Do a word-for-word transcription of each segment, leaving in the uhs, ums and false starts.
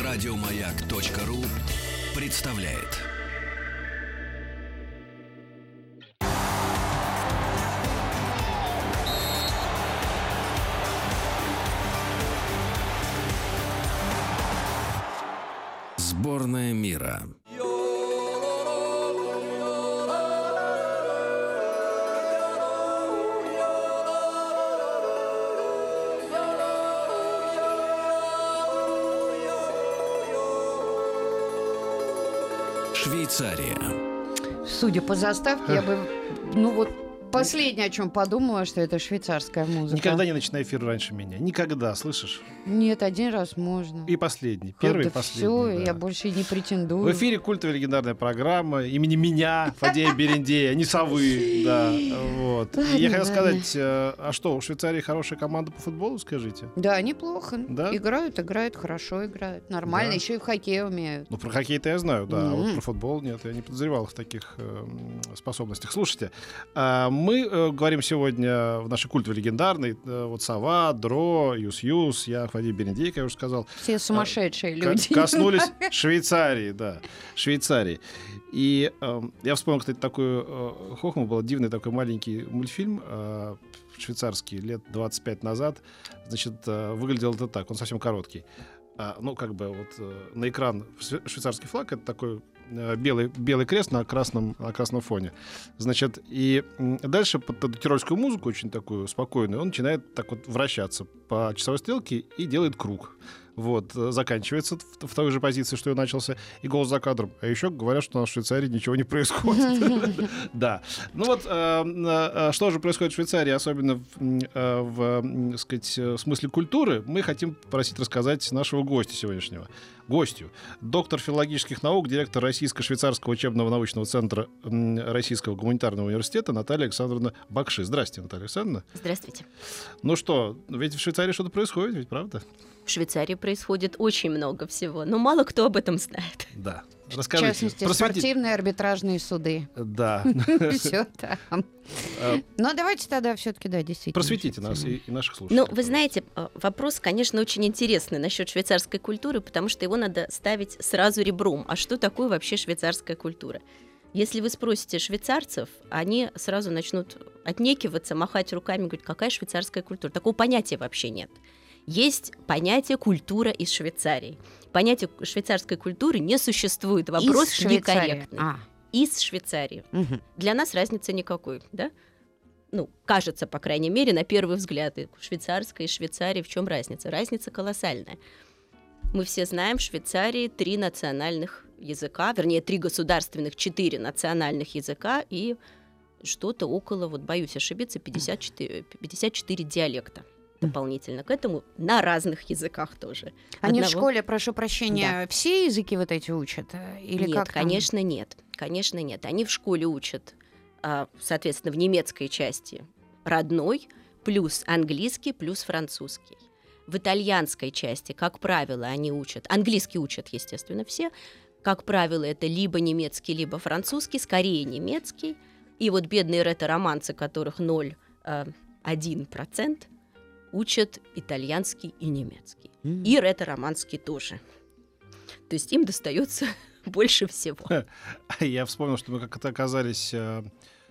Радиомаяк.ру представляет. Сборная мира. Швейцария. Судя по заставке, я бы, ну вот, последнее, о чем подумала, что это швейцарская музыка. Никогда не начинай эфир раньше меня. Никогда, слышишь? Нет, один раз можно. И последний. Первый да и последний. Все, Да. я больше и не претендую. В эфире культовая легендарная программа имени меня, Фадея Берендея, не совы. Да, вот. Ладно, И я хотел ладно. сказать, э, а что, у Швейцарии хорошая команда по футболу, скажите? Да, неплохо. Да? Играют, играют, хорошо играют. Нормально, Да. еще и в хоккей умеют. Ну, про хоккей-то я знаю, да, а вот Мгм. про футбол нет, я не подозревал их в таких э, способностях. Слушайте, а, мы э, говорим сегодня в нашей культовой легендарной, э, вот Сова, Дро, Юс-Юс, я Фадей Берендей, как я уже сказал, Все сумасшедшие К- люди. коснулись Швейцарии, да, Швейцарии. И э, я вспомнил, кстати, такую э, хохму, был дивный такой маленький мультфильм э, швейцарский лет двадцать пять назад. Значит, э, выглядел это так, он совсем короткий. А, ну, как бы вот э, на экран шве- швейцарский флаг — это такой э, белый, белый крест на красном, на красном фоне. Значит, и м, дальше под эту тирольскую музыку, очень такую спокойную, он начинает так вот вращаться по часовой стрелке и делает круг. Вот, э, заканчивается в, в той же позиции, что и начался, и голос за кадром. А еще говорят, что у нас в Швейцарии ничего не происходит. Да. Ну вот, э, э, что же происходит в Швейцарии, особенно в, э, в, м, сказать, э, смысле культуры, мы хотим попросить рассказать нашего гостя сегодняшнего. Гостью. Доктор филологических наук, директор Российско-швейцарского учебного научного центра м, Российского гуманитарного университета Наталья Александровна Бакши. Здравствуйте, Наталья Александровна. Здравствуйте. Ну что, ведь в Швейцарии что-то происходит, ведь правда? В Швейцарии происходит очень много всего, но мало кто об этом знает. Да. В Расскажите. частности, просветите. спортивные арбитражные суды. Да. Все там. Э, Но давайте тогда все-таки, да, действительно. Просветите нас и, и наших слушателей. Ну, вы знаете, э, вопрос, конечно, очень интересный насчет швейцарской культуры, потому что его надо ставить сразу ребром. А что такое вообще швейцарская культура? Если вы спросите швейцарцев, они сразу начнут отнекиваться, махать руками, говорить, какая швейцарская культура. Такого понятия вообще нет. Есть понятие «культура из Швейцарии». Понятие швейцарской культуры не существует. Вопрос Из Швейцарии. некорректный. А, Из Швейцарии. мгм. Для нас разницы никакой, да? Ну, кажется, по крайней мере, на первый взгляд. И швейцарская и Швейцария, в чем разница? Разница колоссальная. Мы все знаем, в Швейцарии три национальных языка, вернее, три государственных, четыре национальных языка и что-то около, вот боюсь ошибиться, пятьдесят четыре, пятьдесят четыре диалекта дополнительно к этому на разных языках тоже. Они в Одного- школе, прошу прощения, все языки вот эти учат? э, Или нет, как там? конечно, нет. Конечно, нет. Они в школе учат, а, соответственно, в немецкой части родной, плюс английский, плюс французский. В итальянской части, как правило, они учат, английский учат, естественно, все, как правило, это либо немецкий, либо французский, скорее немецкий. И вот бедные ретро-романцы, которых ноль целых один десятых процента, учат итальянский и немецкий. М. И ретро-романский тоже. То есть им достается больше всего. Я вспомнил, что мы как-то оказались, э,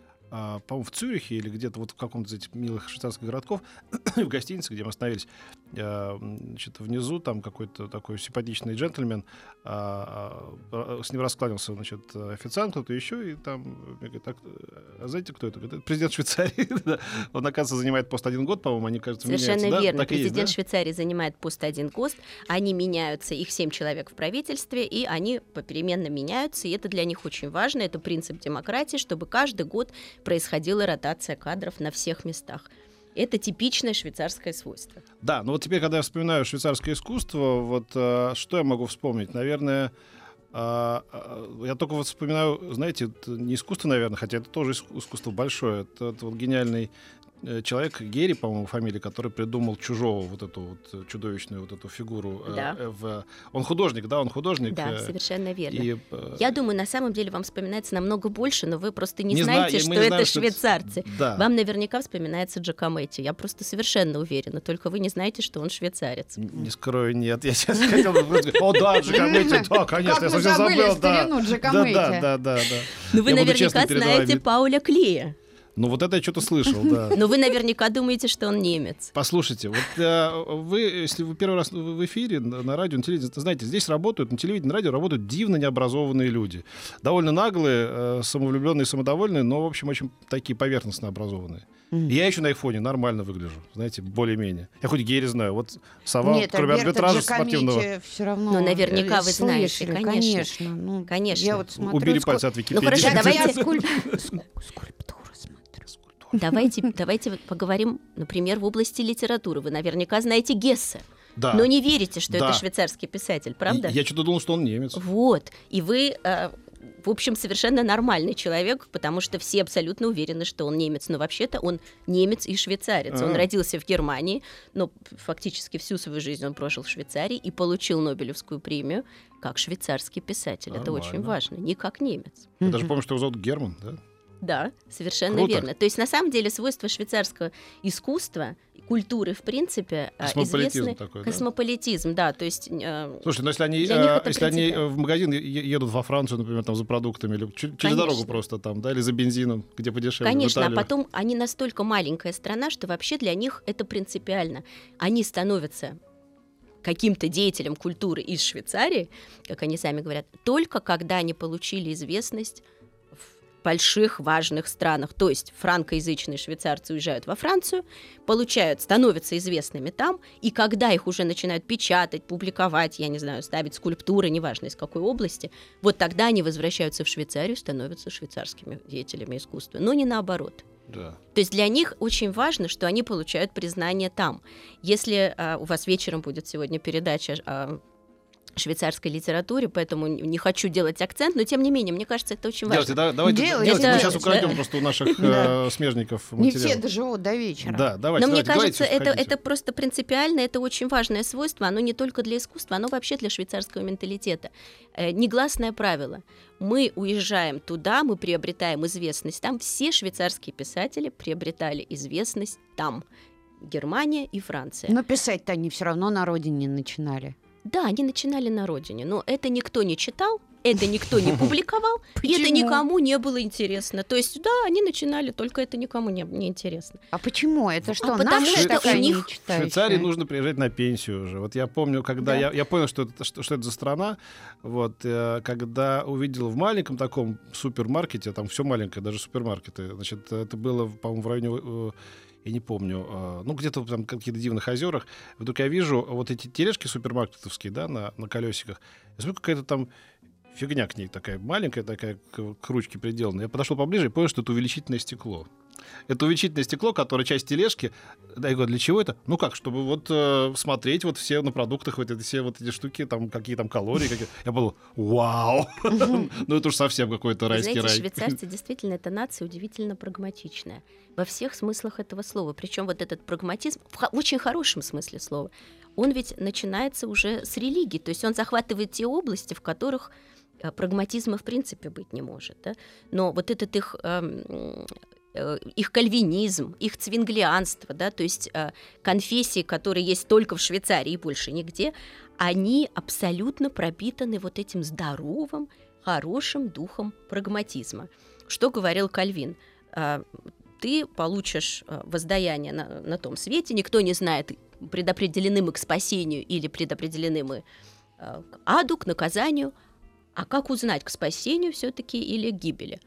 э, по-моему, в Цюрихе или где-то вот в каком-то из этих милых швейцарских городков, в гостинице, где мы остановились. Э, значит, внизу там какой-то такой симпатичный джентльмен, э, э, с ним раскланялся, значит, официант, кто-то еще, и там говорит, так, а знаете, кто это? Говорит, это президент Швейцарии. Да. Он, оказывается, занимает пост один год, по-моему, они, кажется, Совершенно меняются. Да? верно. Так и есть, Президент да? Швейцарии занимает пост один год, они меняются, их семь человек в правительстве, и они попеременно меняются, и это для них очень важно, это принцип демократии, чтобы каждый год происходила ротация кадров на всех местах. Это типичное швейцарское свойство. Да, но вот теперь, когда я вспоминаю швейцарское искусство, вот э, что я могу вспомнить? Наверное, э, э, я только вот вспоминаю, знаете, это не искусство, наверное, хотя это тоже иску- искусство большое. Это, это вот гениальный человек Герри, по-моему, фамилия, который придумал Чужого, вот эту вот чудовищную вот эту фигуру. Да. Э, в... Он художник, да, он художник. Да, э, совершенно верно. И, э, Я думаю, на самом деле вам вспоминается намного больше, но вы просто не, Не знаете, знаю, что мы не это знаем, что это- швейцарцы. да. Вам наверняка вспоминается Джакометти. Я просто совершенно уверена, только вы не знаете, что он швейцарец. Не скрою, нет. Я сейчас хотел бы сказать, о, да, Джакометти, да, конечно, Как я мы совсем забыли забыл, да. старину Да, Джакометти. да, да, да, да. Ну вы Я буду наверняка честный перед знаете вами. Пауля Клея. Ну вот это я что-то слышал, да. Но вы наверняка думаете, что он немец. Послушайте, вот э, вы, если вы первый раз в эфире, на, на радио, на телевидении, знаете, здесь работают, на телевидении, на радио работают дивно необразованные люди. Довольно наглые, э, самовлюбленные, самодовольные, но, в общем, очень такие поверхностно образованные. И я еще на их фоне нормально выгляжу, знаете, более-менее. Я хоть Герри знаю, вот сова, Нет, кроме Альберто арбитража спортивного. Джакометти все равно. Ну, наверняка э, вы знаете, слышали, конечно. конечно. Ну, Конечно. Я вот смотрю, Убери ску- пальцы от Википедии. хорошо, Я давайте- скуль- ску- скульптуру смотрю. Давайте, давайте вот поговорим, например, в области литературы. Вы наверняка знаете Гессе, Да. но не верите, что Да. это швейцарский писатель, правда? И Я что-то думал, что он немец. Вот. И вы, э, в общем, совершенно нормальный человек, потому что все абсолютно уверены, что он немец. Но вообще-то он немец и швейцарец. Он А. родился в Германии, но фактически всю свою жизнь он прожил в Швейцарии и получил Нобелевскую премию как швейцарский писатель. Это Нормально. очень важно, не как немец. Я даже помню, что его зовут Герман, да? Да, совершенно Круто. верно. То есть, на самом деле, свойства швейцарского искусства, культуры, в принципе, э, Космополитизм известны. такой, да? Космополитизм, да. То есть, э, Слушай, ну если они, Для них э, это если они принципиально. э, в магазин е- едут во Францию, например, там за продуктами, или чу- через Конечно. дорогу просто там, да, или за бензином, где подешевле, в конечно, а Италию. потом они настолько маленькая страна, что вообще для них это принципиально. Они становятся каким-то деятелем культуры из Швейцарии, как они сами говорят, только когда они получили известность в больших важных странах. То есть франкоязычные швейцарцы уезжают во Францию, получают, становятся известными там, и когда их уже начинают печатать, публиковать, я не знаю, ставить скульптуры, неважно из какой области, вот тогда они возвращаются в Швейцарию, становятся швейцарскими деятелями искусства, но не наоборот. Да. То есть для них очень важно, что они получают признание там. Если а, у вас вечером будет сегодня передача о швейцарской литературе, поэтому не хочу делать акцент, но тем не менее, мне кажется, это очень важно. Делайте, да, давайте, Делайте, делайте. Мы делайте. сейчас украдем просто у наших Да. э, смежников Не материал. все доживут до вечера. Да, давайте, Но мне давайте, кажется, говорите, это, входите. это просто принципиально, это очень важное свойство, оно не только для искусства, оно вообще для швейцарского менталитета. Э, негласное правило. Мы уезжаем туда, мы приобретаем известность там. Все швейцарские писатели приобретали известность там. Германия и Франция. Но писать-то они все равно на родине начинали. Да, они начинали на родине, но это никто не читал, это никто не публиковал, и это Почему? никому не было интересно. То есть, да, они начинали, только это никому не, не интересно. А почему? Это что, потому наша что такая у них В нечитающая? Швейцарии нужно приезжать на пенсию уже. Вот я помню, когда Да. я, я понял, что это, что, что это за страна, вот, э, когда увидел в маленьком таком супермаркете, там все маленькое, даже супермаркеты, значит, это было, по-моему, в районе, э, я не помню, э, ну, где-то там каких-то дивных озерах. Вдруг я вижу вот эти тележки супермаркетовские, да, на, на колесиках. Я смотрю, какая-то там фигня к ней такая маленькая, такая к, к ручке приделана. Я подошел поближе и понял, что это увеличительное стекло. Это увеличительное стекло, которое часть тележки. Да, я говорю, для чего это? Ну как, чтобы вот э, смотреть вот все на продуктах, вот эти все вот эти штуки, там какие там калории. Какие... Я подумал, вау! Ну это уж совсем какой-то Вы райский знаете, рай. швейцарцы действительно, это нация удивительно прагматичная. Во всех смыслах этого слова. Причем вот этот прагматизм, в хо- очень хорошем смысле слова, он ведь начинается уже с религии. То есть он захватывает те области, в которых э, прагматизма в принципе быть не может. Да? Но вот этот их... эм, э, их кальвинизм, их цвинглианство, да, то есть э, конфессии, которые есть только в Швейцарии и больше нигде, они абсолютно пропитаны вот этим здоровым, хорошим духом прагматизма. Что говорил Кальвин? А, Ты получишь а, воздаяние на, на том свете, никто не знает, предопределены мы к спасению или предопределены мы а, к аду, к наказанию, а как узнать, к спасению все-таки или к гибели?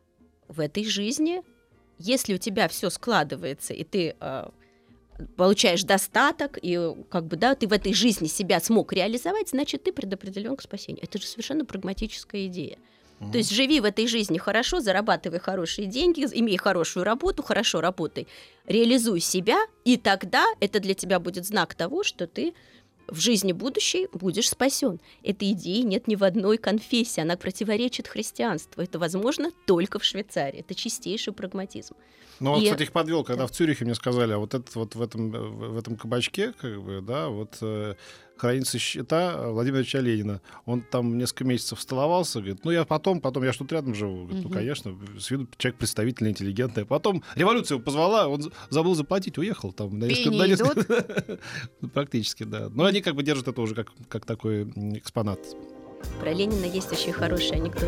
В этой жизни, если у тебя все складывается, и ты а, получаешь достаток, и как бы, да, ты в этой жизни себя смог реализовать, значит, ты предопределен к спасению. Это же совершенно прагматическая идея. Мгм. То есть живи в этой жизни хорошо, зарабатывай хорошие деньги, имей хорошую работу, хорошо работай, реализуй себя, и тогда это для тебя будет знак того, что ты в жизни будущей будешь спасен. Этой идеи нет ни в одной конфессии, она противоречит христианству. Это возможно только в Швейцарии. Это чистейший прагматизм. Ну, вот, И- кстати, их подвел, когда Да. в Цюрихе мне сказали, а вот этот вот в этом, в этом кабачке, как бы, да, вот э, хранится счета Владимира Ильича Ленина. Он там несколько месяцев столовался, говорит, ну, я потом, потом, я ж тут рядом живу. Говорит, ну, Мгм. конечно, с виду человек представительный, интеллигентный. А потом революция его позвала, он забыл заплатить, уехал там. на несколько- Пени на несколько- Ну, практически, да. Но они как бы держат это уже как, как такой м, экспонат. Про Ленина есть очень хороший анекдот.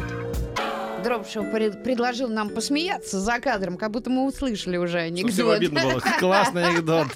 Дробышев пред- предложил нам посмеяться за кадром, как будто мы услышали уже анекдот. Совсем обидно было. Классный анекдот.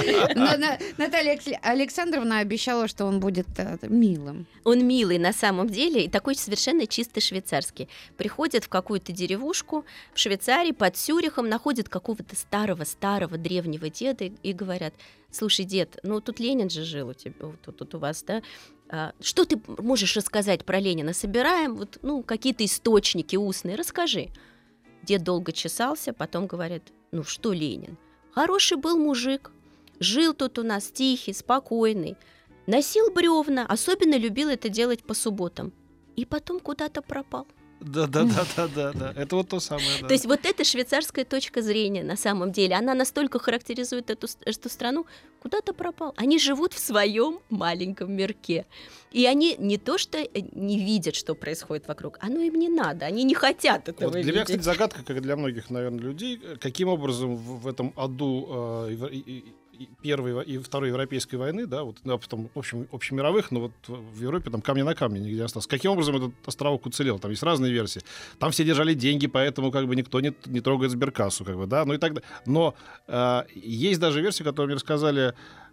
Но На- Наталья Акс- Александровна обещала, что он будет э, милым. Он милый на самом деле и такой совершенно чисто швейцарский. Приходит в какую-то деревушку в Швейцарии под Цюрихом, находит какого-то старого-старого древнего деда и, и говорят: слушай, дед, ну тут Ленин же жил у тебя, вот тут, тут у вас, да? А, что ты можешь рассказать про Ленина? Собираем вот, ну, какие-то источники устные, расскажи. Дед долго чесался, потом говорит: ну что Ленин? Хороший был мужик, жил тут у нас тихий, спокойный, носил бревна, особенно любил это делать по субботам. И потом куда-то пропал. Да, да, да, да, да, да. Это вот то самое. да. То есть вот эта швейцарская точка зрения на самом деле, она настолько характеризует эту, с- эту страну, куда-то пропал. Они живут в своем маленьком мирке. И они не то что э, не видят, что происходит вокруг, оно им не надо, они не хотят этого Вот для меня, видеть. кстати, загадка, как и для многих, наверное, людей, каким образом в, в этом аду э, и- и- и Первой во- и Второй Европейской войны, да, вот, да, потом общем, общемировых, но вот в Европе там камня на камне нигде не осталось. Каким образом этот островок уцелел? Там есть разные версии. Там все держали деньги, поэтому как бы никто не, не трогает сберкассу, как бы, да, ну и так далее. Но э, есть даже версия, которую мне рассказали,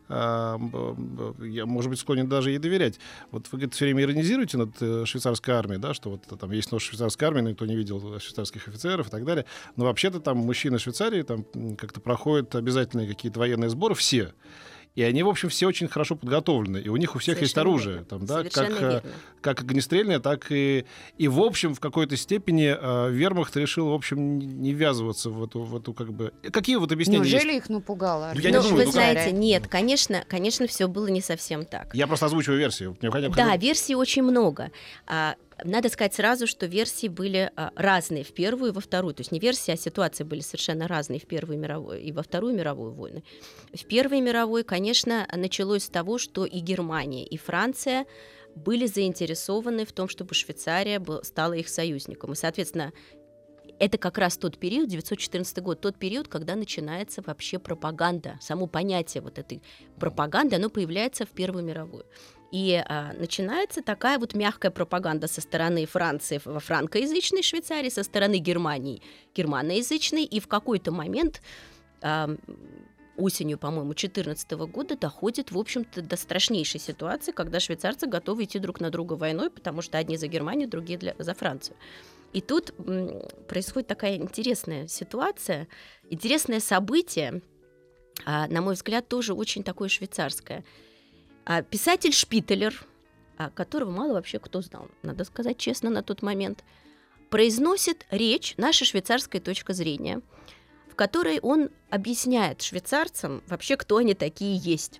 э, б- б- я, может быть, склонен даже ей доверять. Вот вы, говорит, все время иронизируете над э, швейцарской армией, да, что вот там есть нож швейцарской армии, но никто не видел швейцарских офицеров и так далее. Но вообще-то там мужчины Швейцарии там м, как-то проходят обязательные какие-то военные сборы все. И они, в общем, все очень хорошо подготовлены. И у них у всех есть Совершенно оружие. верно. Там, да, Совершенно как, э, верно. как огнестрельное, так и... И, в общем, в какой-то степени э, вермахт решил, в общем, не- не ввязываться в эту, в эту как бы... Какие вот объяснения есть? Неужели их напугало? Ну, я не Ну, думаю, вы ну, знаете, нет, конечно, конечно, все было не совсем так. Я просто озвучиваю версию. Мне хотя бы- Да, версий очень много. А, Надо сказать сразу, что версии были а, разные в Первую и во Вторую. То есть не версии, а ситуации были совершенно разные в Первую мировую и во Вторую мировую войны. В Первой мировой, конечно, началось с того, что и Германия, и Франция были заинтересованы в том, чтобы Швейцария был- стала их союзником. И, соответственно, это как раз тот период, девятьсот четырнадцатый год, тот период, когда начинается вообще пропаганда. Само понятие вот этой пропаганды, оно появляется в Первую мировую. И а, начинается такая вот мягкая пропаганда со стороны Франции во франкоязычной Швейцарии, со стороны Германии германоязычной, и в какой-то момент а, осенью, по-моему, две тысячи четырнадцатого года доходит, в общем-то, до страшнейшей ситуации, когда швейцарцы готовы идти друг на друга войной, потому что одни за Германию, другие для, за Францию. И тут м, происходит такая интересная ситуация, интересное событие, а, на мой взгляд, тоже очень такое швейцарское. А, писатель Шпителер, а, которого мало вообще кто знал, надо сказать честно, на тот момент, произносит речь «Наша швейцарская точка зрения», в которой он объясняет швейцарцам вообще, кто они такие есть.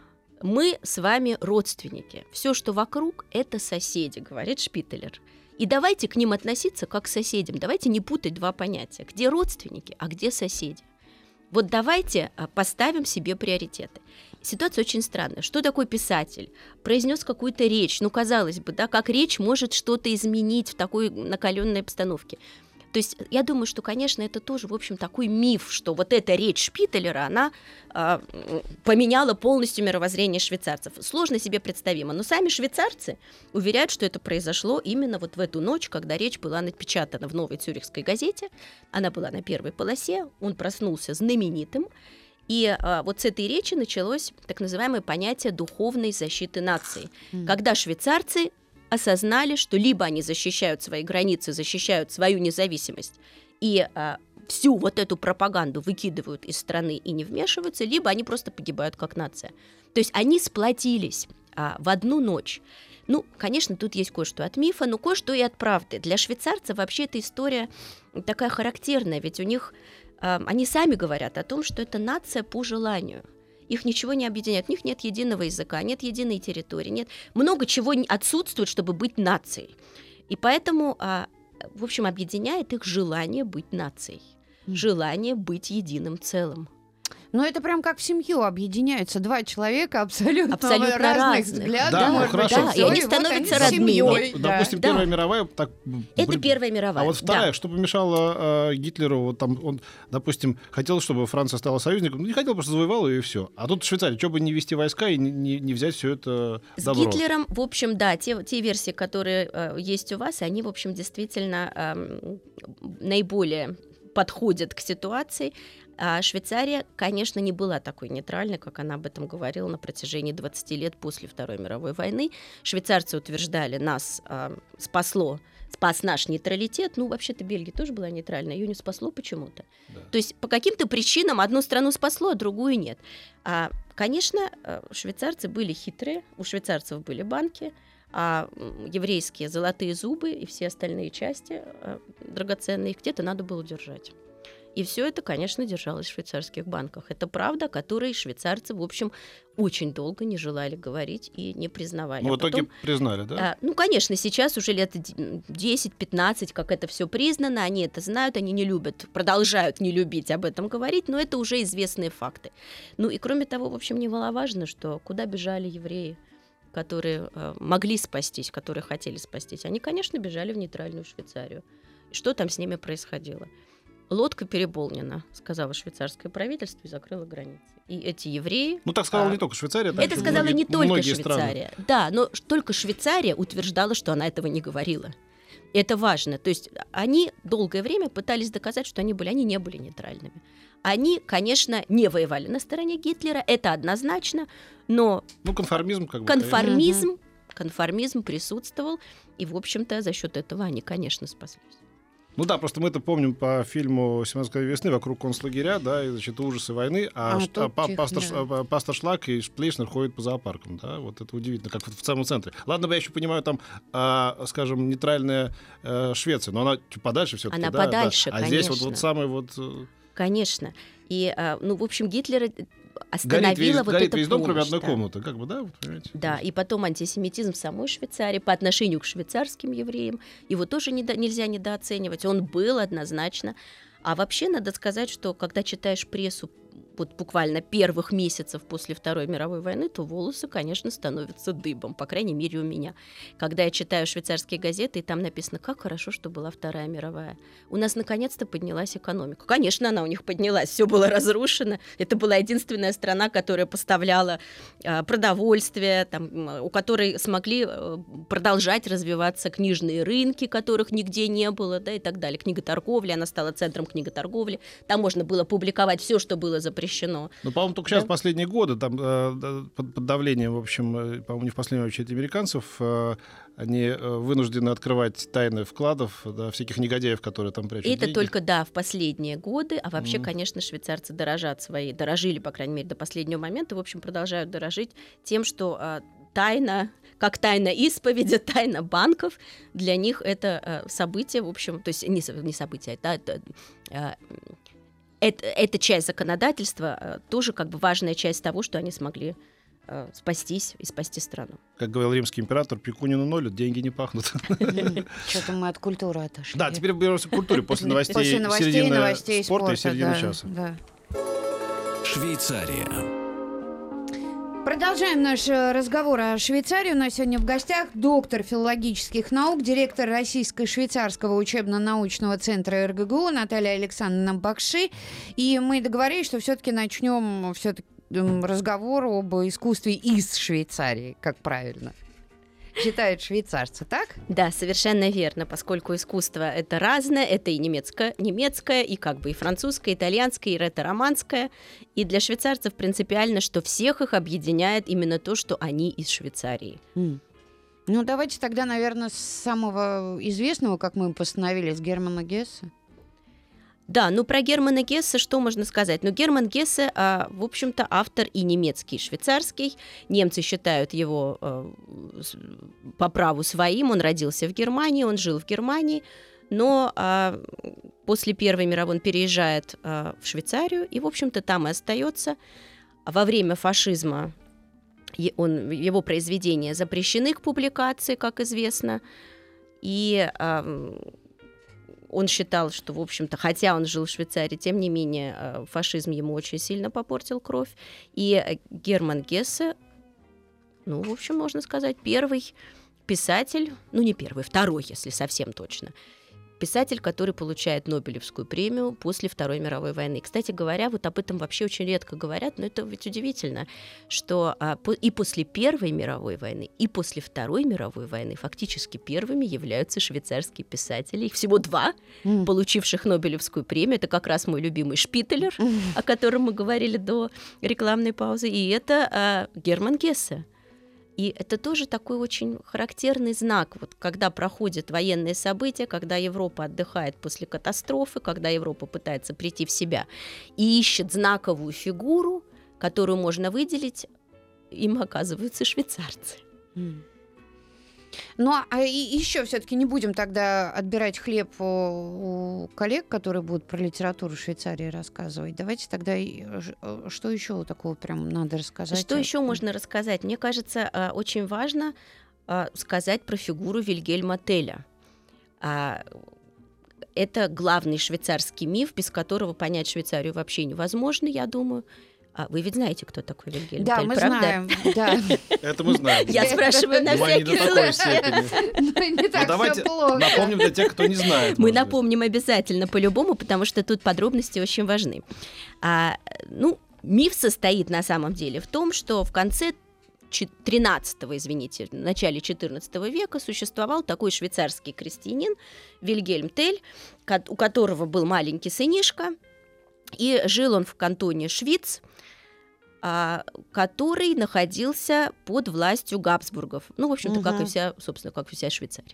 «Мы с вами родственники. Все, что вокруг, это соседи», говорит Шпителер. И давайте к ним относиться как к соседям. Давайте не путать два понятия. Где родственники, а где соседи. Вот давайте а, поставим себе приоритеты. Ситуация очень странная. Что такой писатель? Произнес какую-то речь. Ну, казалось бы, да, как речь может что-то изменить в такой накаленной обстановке. То есть я думаю, что, конечно, это тоже, в общем, такой миф, что вот эта речь Шпителера, она а, поменяла полностью мировоззрение швейцарцев. Сложно себе представимо. Но сами швейцарцы уверяют, что это произошло именно вот в эту ночь, когда речь была напечатана в «Новой Цюрихской газете». Она была на первой полосе, он проснулся знаменитым. И а, вот с этой речи началось так называемое понятие духовной защиты нации, Мгм. когда швейцарцы осознали, что либо они защищают свои границы, защищают свою независимость и а, всю вот эту пропаганду выкидывают из страны и не вмешиваются, либо они просто погибают как нация. То есть они сплотились а, в одну ночь. Ну, конечно, тут есть кое-что от мифа, но кое-что и от правды. Для швейцарцев вообще эта история такая характерная, ведь у них а, они сами говорят о том, что это нация по желанию. их ничего не объединяет. У них нет единого языка, нет единой территории, нет много чего отсутствует, чтобы быть нацией. И поэтому, в общем, объединяет их желание быть нацией, желание быть единым целым. Ну, это прям как в семью объединяются два человека абсолютно, абсолютно разных разных взглядов. Да, может ну, быть, хорошо. и Да, всё, и они вот становятся они родными. семьей, Ну, да. допустим, Да. Первая мировая... Так, Это были- Первая мировая. А вот вторая, да. что помешало э, Гитлеру, вот там он, допустим, хотел, чтобы Франция стала союзником, ну, не хотел, просто завоевал ее, и все. А тут Швейцария, что бы не вести войска и не, не, не взять все это С добро. Гитлером, в общем, да, те, те версии, которые э, есть у вас, они, в общем, действительно э, наиболее подходят к ситуации. А Швейцария, конечно, не была такой нейтральной, как она об этом говорила на протяжении двадцати лет после Второй мировой войны. Швейцарцы утверждали, нас э, спасло, спас наш нейтралитет. Ну, вообще-то Бельгия тоже была нейтральной, ее не спасло почему-то. Да. То есть по каким-то причинам одну страну спасло, а другую нет. А, конечно, швейцарцы были хитрые, у швейцарцев были банки, а еврейские золотые зубы и все остальные части драгоценные где-то надо было держать. И все это, конечно, держалось в швейцарских банках. Это правда, о которой швейцарцы, в общем, очень долго не желали говорить и не признавали. Ну, А в итоге потом, признали, да? а, ну, конечно, сейчас уже лет десять-пятнадцать, как это все признано, они это знают, они не любят, продолжают не любить об этом говорить, но это уже известные факты. Ну и кроме того, в общем, немаловажно, что куда бежали евреи, которые э, могли спастись, которые хотели спастись. Они, конечно, бежали в нейтральную Швейцарию. И что там с ними происходило? Лодка переполнена, сказала швейцарское правительство, и закрыло границы. И эти евреи... Ну, так сказала а, не только Швейцария. так Это и сказала многие- не только многие страны. Швейцария. Да, но ш- только Швейцария утверждала, что она этого не говорила. Это важно. То есть они долгое время пытались доказать, что они были, они не были нейтральными. Они, конечно, не воевали на стороне Гитлера, это однозначно, но Ну, конформизм как бы. конечно. конформизм, конформизм присутствовал, и, в общем-то, за счет этого они, конечно, спаслись. Ну да, просто мы это помним по фильму «семнадцатой весны», вокруг концлагеря, да, и, значит, ужасы войны, а, А ш- тут а па- тихо, пастор, да. а, пастор Шлак и Шплейшнер ходят по зоопаркам, да, вот это удивительно, как в, в самом центре. Ладно бы я еще понимаю, там, а, скажем, нейтральная э, Швеция, но она чуть подальше все-таки, Она да, подальше, да. А здесь вот, конечно. вот самый вот... э, Конечно. И, а, ну, в общем, Гитлера Горит весь, остановила вот горит эта весь дом, кроме помощь, одной да. комнаты, как бы, да, вот, понимаете? Да, и потом антисемитизм в самой Швейцарии по отношению к швейцарским евреям. Его тоже недо- нельзя недооценивать. Он был однозначно. А вообще надо сказать, что когда читаешь прессу вот буквально первых месяцев после Второй мировой войны, то волосы, конечно, становятся дыбом, по крайней мере, у меня. Когда я читаю швейцарские газеты, и там написано, как хорошо, что была Вторая мировая. У нас наконец-то поднялась экономика. Конечно, она у них поднялась, все было разрушено. Это была единственная страна, которая поставляла э, продовольствие, там, у которой смогли э, продолжать развиваться книжные рынки, которых нигде не было, да, и так далее. Книготорговля, она стала центром книготорговли. Там можно было публиковать все, что было запрещено. Ну, по-моему, только сейчас, Да. последние годы, там, э, да, под, под давлением, в общем, э, по-моему, не в последнюю очередь американцев, э, они э, вынуждены открывать тайны вкладов, да, всяких негодяев, которые там прячут И это деньги. только, да, в последние годы, а вообще, Мгм. конечно, швейцарцы дорожат свои, дорожили, по крайней мере, до последнего момента, в общем, продолжают дорожить тем, что а, тайна, как тайна исповеди, тайна банков, для них это а, событие, в общем, то есть не, со- не событие, да, это, а, это, эта часть законодательства а, тоже как бы важная часть того, что они смогли а, спастись и спасти страну. Как говорил римский император, пекунину ноль, деньги не пахнут. Что-то мы от культуры отошли. Да, теперь беремся к культуре. После новостей, После новостей, середины новостей спорта и спорта, середины да, часа. да. Швейцария. Продолжаем наш э, разговор о Швейцарии. У нас сегодня в гостях доктор филологических наук, директор Российско-швейцарского учебно-научного центра эр гэ гэ у Наталья Александровна Бакши. И мы договорились, что все-таки начнем все-таки разговор об искусстве из Швейцарии, как правильно считают швейцарцы, так? Да, совершенно верно, поскольку искусство это разное, это и немецкое, немецкое, и как бы и французское, и итальянское, и ретро-романское. И для швейцарцев принципиально, что всех их объединяет именно то, что они из Швейцарии. Mm. Ну, давайте тогда, наверное, с самого известного, как мы постановили, с Германа Гессе. Да, ну про Германа Гессе что можно сказать? Ну, Герман Гессе, а, в общем-то, автор и немецкий, и швейцарский. Немцы считают его а, с, по праву своим. Он родился в Германии, он жил в Германии, но а, после Первой мировой он переезжает а, в Швейцарию и, в общем-то, там и остается. во время фашизма он, его произведения запрещены к публикации, как известно, и э, он считал, что, в общем-то, хотя он жил в Швейцарии, тем не менее, э, фашизм ему очень сильно попортил кровь. И Герман Гессе, ну, в общем, можно сказать, первый писатель, ну, не первый, второй, если совсем точно, писатель, который получает Нобелевскую премию после Второй мировой войны. Кстати говоря, вот об этом вообще очень редко говорят, но это ведь удивительно, что а, по, и после Первой мировой войны, и после Второй мировой войны фактически первыми являются швейцарские писатели. Их всего два, mm. получивших Нобелевскую премию. Это как раз мой любимый Шпитлер, mm. о котором мы говорили до рекламной паузы, и это а, Герман Гессе. И это тоже такой очень характерный знак, вот, когда проходят военные события, когда Европа отдыхает после катастрофы, когда Европа пытается прийти в себя и ищет знаковую фигуру, которую можно выделить, им оказываются швейцарцы. Mm. Ну, а еще все-таки не будем тогда отбирать хлеб у коллег, которые будут про литературу Швейцарии рассказывать. Давайте тогда, что еще такого прям надо рассказать? Что еще можно рассказать? Мне кажется, очень важно сказать про фигуру Вильгельма Теля. Это главный швейцарский миф, без которого понять Швейцарию вообще невозможно, я думаю. А вы ведь знаете, кто такой Вильгельм да, Тель, мы правда? Знаем, да. Это мы знаем. Я спрашиваю на всякий случай. Не так давайте напомним для тех, кто не знает. Мы напомним обязательно по-любому, потому что тут подробности очень важны. А, ну, миф состоит на самом деле в том, что в конце тринадцатого, извините, в начале четырнадцатого века существовал такой швейцарский крестьянин Вильгельм Тель, у которого был маленький сынишка, и жил он в кантоне Швиц, который находился под властью Габсбургов. Ну, в общем-то, угу. как и вся, собственно, как и вся Швейцария.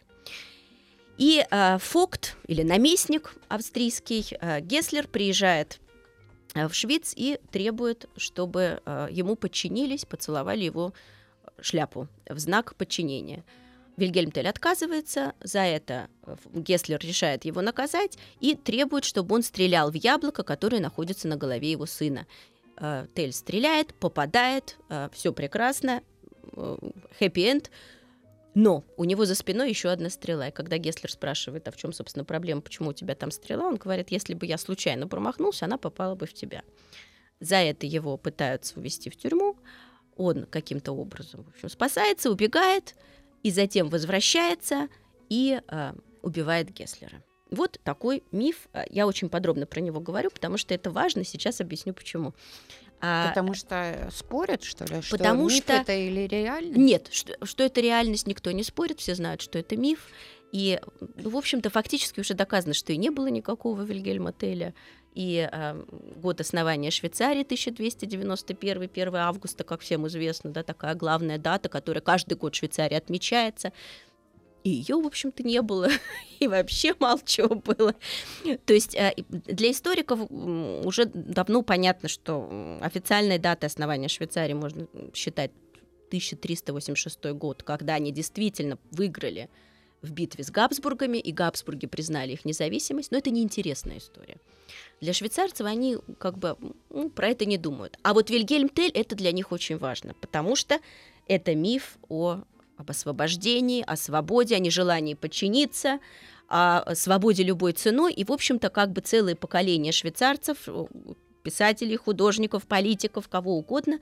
И а, фогт, или наместник австрийский, а, Гесслер, приезжает а, в Швиц и требует, чтобы а, ему подчинились, поцеловали его шляпу в знак подчинения. Вильгельм Тель отказывается, за это Гесслер решает его наказать и требует, чтобы он стрелял в яблоко, которое находится на голове его сына. Тель стреляет, попадает, все прекрасно, хэппи-энд, но у него за спиной еще одна стрела. И когда Гесслер спрашивает, а в чем, собственно, проблема, почему у тебя там стрела, он говорит, если бы я случайно промахнулся, она попала бы в тебя. За это его пытаются увезти в тюрьму, он каким-то образом, в общем, спасается, убегает, и затем возвращается и э, убивает Гесслера. Вот такой миф. Я очень подробно про него говорю, потому что это важно. Сейчас объясню, почему. Потому что спорят, что ли? Что потому миф что... это или реальность? Нет, что, что это реальность, никто не спорит. Все знают, что это миф. И, ну, в общем-то, фактически уже доказано, что и не было никакого Вильгельма Теля. И э, год основания Швейцарии тысяча двести девяносто первый, первого августа, как всем известно, да, такая главная дата, которая каждый год в Швейцарии отмечается. И ее, в общем-то, не было, и вообще мало чего было. То есть э, для историков уже давно понятно, что официальной датой основания Швейцарии можно считать тысяча триста восемьдесят шестой год, когда они действительно выиграли в битве с Габсбургами, и Габсбурги признали их независимость, но это неинтересная история. Для швейцарцев они как бы ну, про это не думают. А вот Вильгельм Тель — это для них очень важно, потому что это миф о, об освобождении, о свободе, о нежелании подчиниться, о свободе любой ценой, и, в общем-то, как бы целое поколение швейцарцев, писателей, художников, политиков, кого угодно,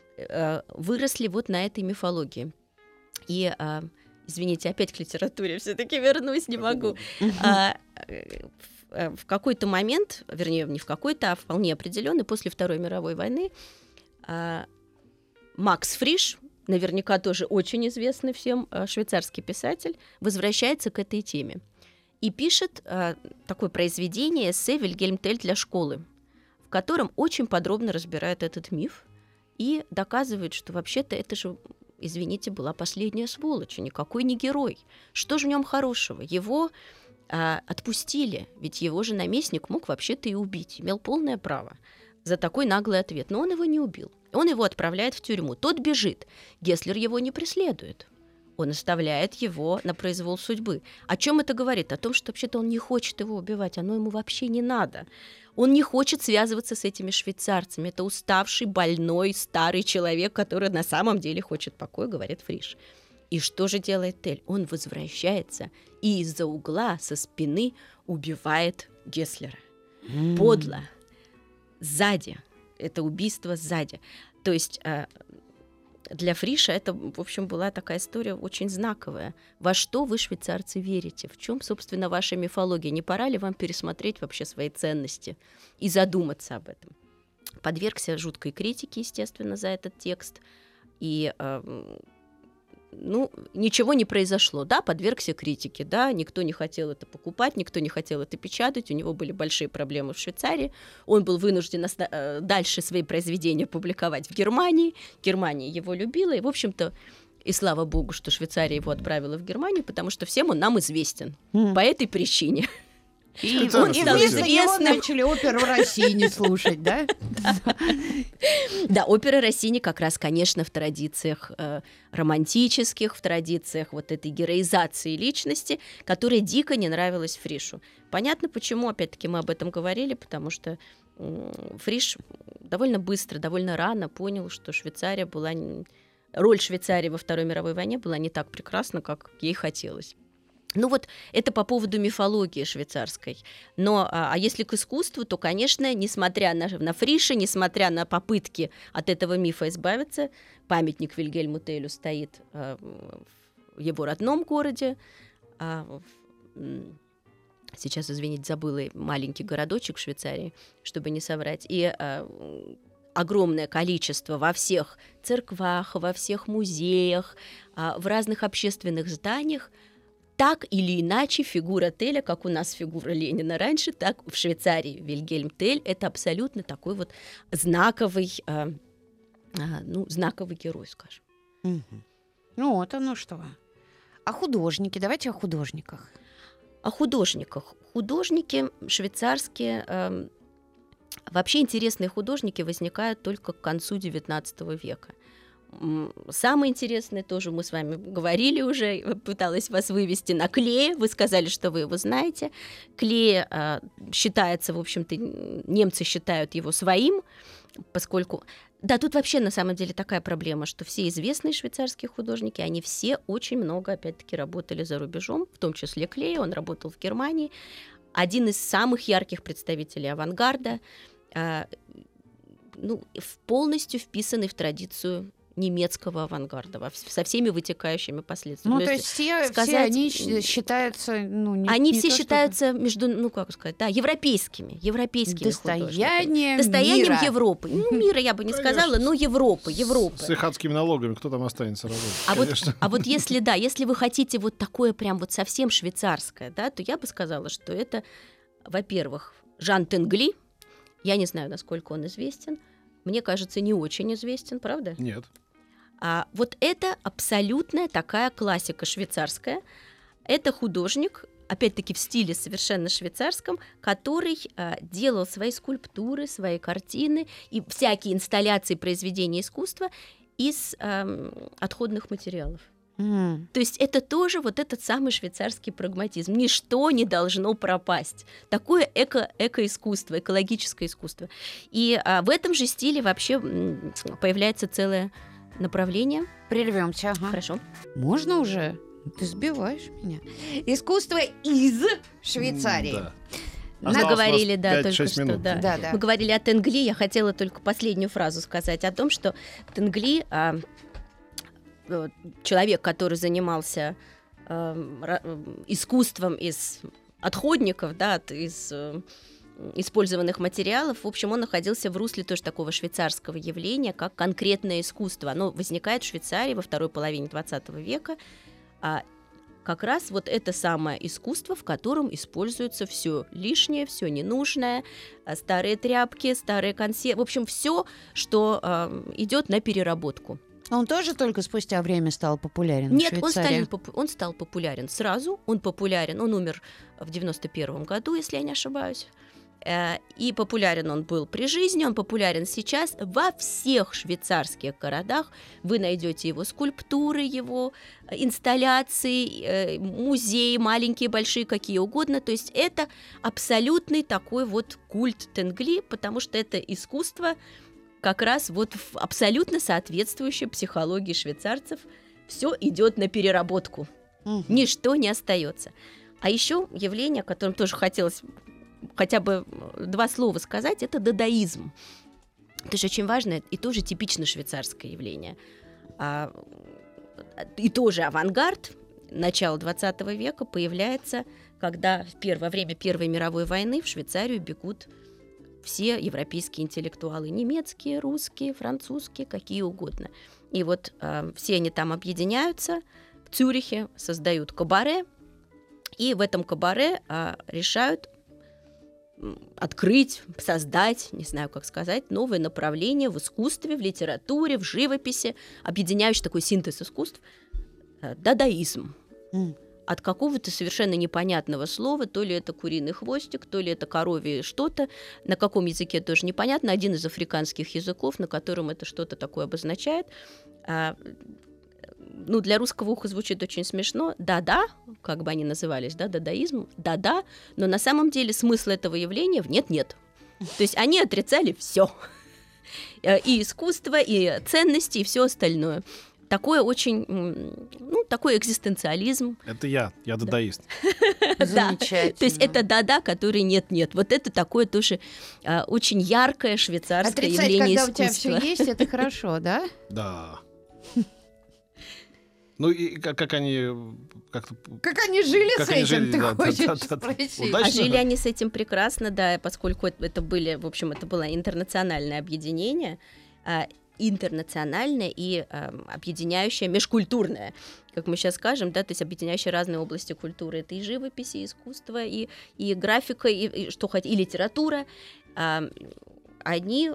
выросли вот на этой мифологии. И извините, опять к литературе все-таки вернусь, не могу. А, в, в какой-то момент, вернее, не в какой-то, а вполне определенный, после Второй мировой войны, а, Макс Фриш, наверняка тоже очень известный всем а, швейцарский писатель, возвращается к этой теме и пишет а, такое произведение, эссе «Вильгельм Тель для школы», в котором очень подробно разбирает этот миф и доказывает, что вообще-то это же... извините, была последняя сволочь, никакой не герой. Что же в нем хорошего? Его а, отпустили, ведь его же наместник мог вообще-то и убить, имел полное право за такой наглый ответ, но он его не убил. Он его отправляет в тюрьму, тот бежит, Гесслер его не преследует. он оставляет его на произвол судьбы. О чем это говорит? О том, что вообще-то он не хочет его убивать, оно ему вообще не надо. Он не хочет связываться с этими швейцарцами. Это уставший, больной, старый человек, который на самом деле хочет покоя, говорит Фриш. И что же делает Тель? Он возвращается и из-за угла, со спины убивает Гесслера. Mm. Подло. Сзади. Это убийство сзади. То есть для Фриша это, в общем, была такая история очень знаковая. Во что вы, швейцарцы, верите? В чем, собственно, ваша мифология? Не пора ли вам пересмотреть вообще свои ценности и задуматься об этом? Подвергся жуткой критике, естественно, за этот текст. И э, ну, ничего не произошло. Да, подвергся критике, да, никто не хотел это покупать, никто не хотел это печатать, у него были большие проблемы в Швейцарии, он был вынужден оста- дальше свои произведения публиковать в Германии, Германия его любила, и, в общем-то, и слава богу, что Швейцария его отправила в Германию, потому что всем он нам известен Mm. по этой причине. И, он и стал вместо известным. него начали оперу Россини слушать, да? Да, опера Россини как раз, конечно, в традициях э, романтических, в традициях вот этой героизации личности, которая дико не нравилась Фришу. Понятно, почему, опять-таки, мы об этом говорили, потому что э, Фриш довольно быстро, довольно рано понял, что Швейцария была... Не... Роль Швейцарии во Второй мировой войне была не так прекрасна, как ей хотелось. Ну вот это по поводу мифологии швейцарской. Но а, а если к искусству, то, конечно, несмотря на, на Фриша, несмотря на попытки от этого мифа избавиться, памятник Вильгельму Теллю стоит а, в его родном городе. А, в, сейчас, извините, забыла маленький городочек в Швейцарии, чтобы не соврать. И а, огромное количество во всех церквах, во всех музеях, а, в разных общественных зданиях. Так или иначе фигура Телля, как у нас фигура Ленина раньше, так в Швейцарии Вильгельм Тель — это абсолютно такой вот знаковый, э, э, ну, знаковый герой, скажем. Угу. Ну вот оно что. А художники? Давайте о художниках. О художниках. Художники швейцарские, э, вообще интересные художники возникают только к концу девятнадцатого века. Самое интересное тоже мы с вами говорили уже, пыталась вас вывести на Клее, вы сказали, что вы его знаете. Клее э, считается, в общем-то, немцы считают его своим, поскольку... Да, тут вообще на самом деле такая проблема, что все известные швейцарские художники, они все очень много, опять-таки, работали за рубежом, в том числе Клее, он работал в Германии. Один из самых ярких представителей авангарда, э, ну, полностью вписанный в традицию немецкого авангарда, со всеми вытекающими последствиями. Ну, то есть все, сказать, все они считаются... Ну, не, они не все то, считаются, что... между, ну, как сказать, да, европейскими, европейскими Достоянием Достоянием мира. Европы. Ну, мира я бы не Конечно. сказала, но Европы, Европы. С их адскими налогами кто там останется работать? А вот, а вот если, да, если вы хотите вот такое прям вот совсем швейцарское, да, то я бы сказала, что это, во-первых, Жан Тенгли, я не знаю, насколько он известен, мне кажется, не очень известен, правда? Нет. А вот это абсолютная такая классика швейцарская. Это художник, опять-таки в стиле совершенно швейцарском, который а, делал свои скульптуры, свои картины и всякие инсталляции произведения искусства из а, отходных материалов. Mm. То есть это тоже вот этот самый швейцарский прагматизм. Ничто не должно пропасть. Такое эко, эко-искусство, экологическое искусство. И а, в этом же стиле вообще м, появляется целое направление. Прервемся. Ага. Хорошо. Можно уже? Ты сбиваешь меня. Искусство из Швейцарии. Да. Мы Осталось говорили, у нас да, только пять-шесть что, минут. да. Да, да. Мы говорили о Тенгли. Я хотела только последнюю фразу сказать о том, что Тенгли, а, человек, который занимался а, искусством из отходников, да, из а, использованных материалов, в общем, он находился в русле тоже такого швейцарского явления, как конкретное искусство. Оно возникает в Швейцарии во второй половине двадцатого века. А как раз вот это самое искусство, в котором используется все лишнее, все ненужное, старые тряпки, старые консервы, в общем, все, что э, идет на переработку. Он тоже только спустя время стал популярен Нет, в он стал, Швейцарии? попу- он стал популярен сразу, он популярен, он умер в девяносто первом году, если я не ошибаюсь. И популярен он был при жизни, он популярен сейчас. Во всех швейцарских городах вы найдете его скульптуры, его инсталляции, музеи, маленькие, большие, какие угодно. То есть это абсолютный такой вот культ Тенгли, потому что это искусство как раз вот абсолютно соответствующее психологии швейцарцев. Все идет на переработку, угу. Ничто не остается. А еще явление, о котором тоже хотелось хотя бы два слова сказать, это дадаизм. Это же очень важное и тоже типично швейцарское явление. А, и тоже авангард начала двадцатого века появляется, когда в пер... во время Первой мировой войны в Швейцарию бегут все европейские интеллектуалы, немецкие, русские, французские, какие угодно. И вот а, все они там объединяются в Цюрихе, создают кабаре, и в этом кабаре а, решают открыть, создать, не знаю, как сказать, новое направление в искусстве, в литературе, в живописи, объединяющий такой синтез искусств, дадаизм. Mm. От какого-то совершенно непонятного слова, то ли это куриный хвостик, то ли это коровье что-то, на каком языке тоже непонятно, один из африканских языков, на котором это что-то такое обозначает. Ну, для русского уха звучит очень смешно. Да-да, как бы они назывались, да, дадаизм, да-да, но на самом деле смысл этого явления в нет-нет. То есть они отрицали все. И искусство, и ценности, и все остальное. Такое очень, ну, такой экзистенциализм. Это я, я дадаист. Замечательно. То есть это да-да, который нет-нет. Вот это такое тоже очень яркое швейцарское явление искусства. Когда у тебя все есть, это хорошо, да? Да. Ну и как, как они как-то... Как они жили как с они этим, жили, ты да, хочешь да, да, да, спросить? удачно? А жили они с этим прекрасно, да, поскольку это, это были, в общем, это было интернациональное объединение, а, интернациональное и а, объединяющее межкультурное, как мы сейчас скажем, да, то есть объединяющее разные области культуры. Это и живопись, и искусство, и, и графика, и, и что хоть, и литература. А, они...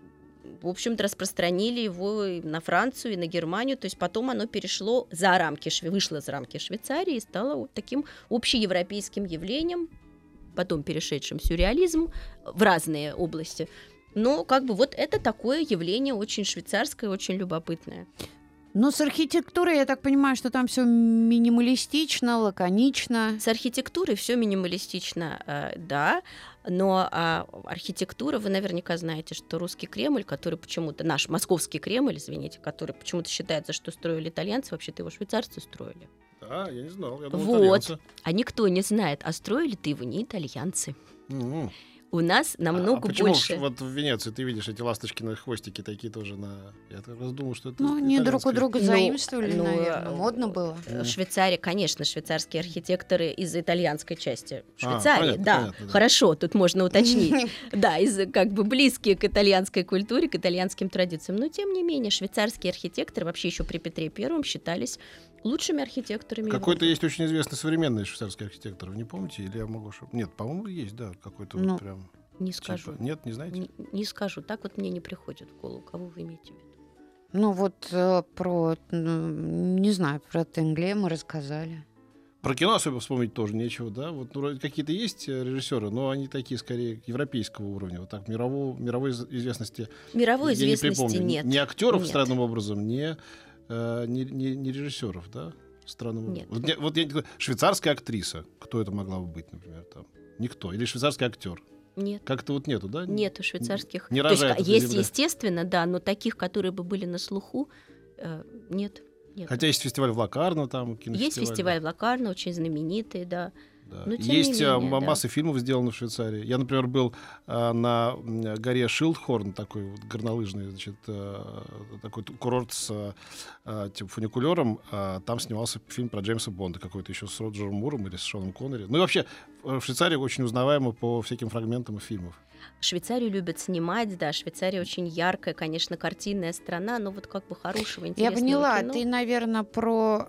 в общем-то, распространили его и на Францию, и на Германию, то есть потом оно перешло за рамки, вышло за рамки Швейцарии и стало вот таким общеевропейским явлением, потом перешедшим в сюрреализм в разные области. Но как бы вот это такое явление очень швейцарское, очень любопытное. Но с архитектурой, я так понимаю, что там все минималистично, лаконично. С архитектурой все минималистично, э, да, но а, архитектура, вы наверняка знаете, что русский Кремль, который почему-то, наш московский Кремль, извините, который почему-то считается, что строили итальянцы, вообще-то его швейцарцы строили. А, я не знал, я думал, вот, итальянцы. А никто не знает, а строили-то его не итальянцы. Mm-hmm. У нас намного а почему больше. Вот в Венеции ты видишь эти ласточкины хвостики такие тоже на. Я так раз думал, что это. Ну, они друг у друга заимствовали, ну, наверное. Модно было. В Швейцарии, конечно, швейцарские архитекторы из итальянской части Швейцарии. А, понятно, да, понятно, да. Хорошо, тут можно уточнить. Да, из как бы близкие к итальянской культуре, к итальянским традициям. Но тем не менее, швейцарские архитекторы вообще еще при Петре Первом считались лучшими архитекторами. Какой-то есть очень известный современный швейцарский архитектор. Вы не помните? Или я могу. Нет, по-моему, есть, да, какой-то вот прям. Не скажу. Типа, нет, не знаете? Не, не скажу. Так вот мне не приходит в голову. Кого вы имеете в виду? Ну вот э, про, ну, не знаю, про Тенгле мы рассказали. Про кино особо вспомнить тоже нечего, да? Вот ну, какие-то есть режиссеры, но они такие скорее европейского уровня. Вот так мирового, мировой известности. Мировой я известности не нет. Ни актеров нет. странным образом, ни, э, ни, ни, ни режиссеров, да? Странным нет. образом. Вот, вот я, швейцарская актриса. Кто это могла бы быть, например, там? Никто. Или швейцарский актер. Нет. Как-то вот нету, да? Нету швейцарских. Не То есть, есть, земля. естественно, да, но таких, которые бы были на слуху, э, нет, нет. Хотя есть фестиваль в Локарно, там кинофестиваль. Есть фестиваль в Локарно, очень знаменитый, да. Да. Но, есть менее, а, да. масса фильмов сделанных в Швейцарии. Я, например, был а, на горе Шилдхорн, такой вот горнолыжный, значит, а, такой курорт с а, типа, фуникулером. А, там снимался фильм про Джеймса Бонда, какой-то еще с Роджером Муром или с Шоном Коннери. Ну и вообще в Швейцарии очень узнаваемо по всяким фрагментам и фильмов. Швейцарию любят снимать, да, Швейцария очень яркая, конечно, картинная страна, но вот как бы хорошего, интересного Я поняла, кино. ты, наверное, про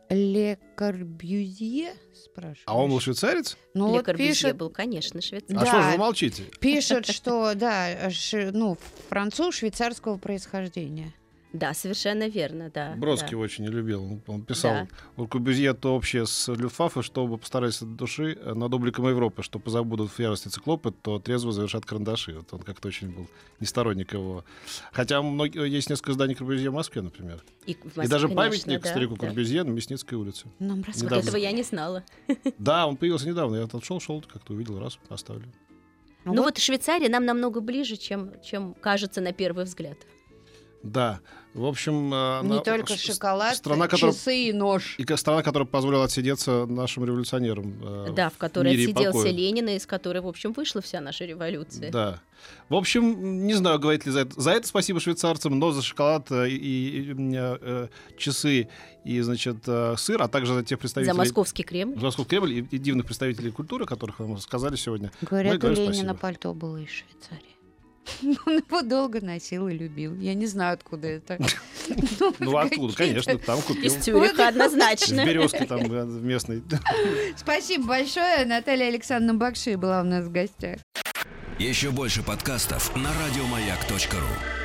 Ле Корбюзье спрашиваешь? А он был швейцарец? Ну, Ле вот Корбюзье пишет, был, конечно, швейцарец. А Да. что же вы молчите? пишет, что, да, ш- ну, француз швейцарского происхождения. Да, совершенно верно, да. Бродский да. очень не любил. Он, он писал, Да. у Корбюзье то общее с Люфтваффе, чтобы постарались от души над обликом Европы, что позабудут в ярости циклопы, то трезво завершат карандаши. Вот он как-то очень был не сторонник его. Хотя многие, есть несколько зданий Корбюзье в Москве, например. И, в Москве, И даже конечно, памятник да, старику да. Корбюзье на Мясницкой улице. Нам Вот рассказывают. Недавно. этого я не знала. Да, он появился недавно. Я там шел, шел, как-то увидел, раз, поставлю. Ну вот Швейцария нам намного ближе, чем, чем кажется на первый взгляд. Да, в общем... э, Не она- только ш- шоколад, страна, которая- часы и нож. И ка- страна, которая позволила отсидеться нашим революционерам. э, Да, в которой мире и отсиделся покое. Ленин, и из которой, в общем, вышла вся наша революция. Да. В общем, не знаю, говорить ли за это. За это спасибо швейцарцам, но за шоколад э, и, и, и, э, часы и, значит, э, сыр, а также за тех представителей... За Московский Кремль. За Московский Кремль и, и дивных представителей культуры, которых вам сказали сегодня. Говорят, Мы у говорим Ленина спасибо. пальто было из Швейцарии. Он его долго носил и любил. Я не знаю, откуда это. Ну, откуда? Конечно, там купил. Из Цюриха В однозначно. Березке там э, в местной. Спасибо большое. Наталья Александровна Бакши была у нас в гостях. Еще больше подкастов на радиомаяк точка ру.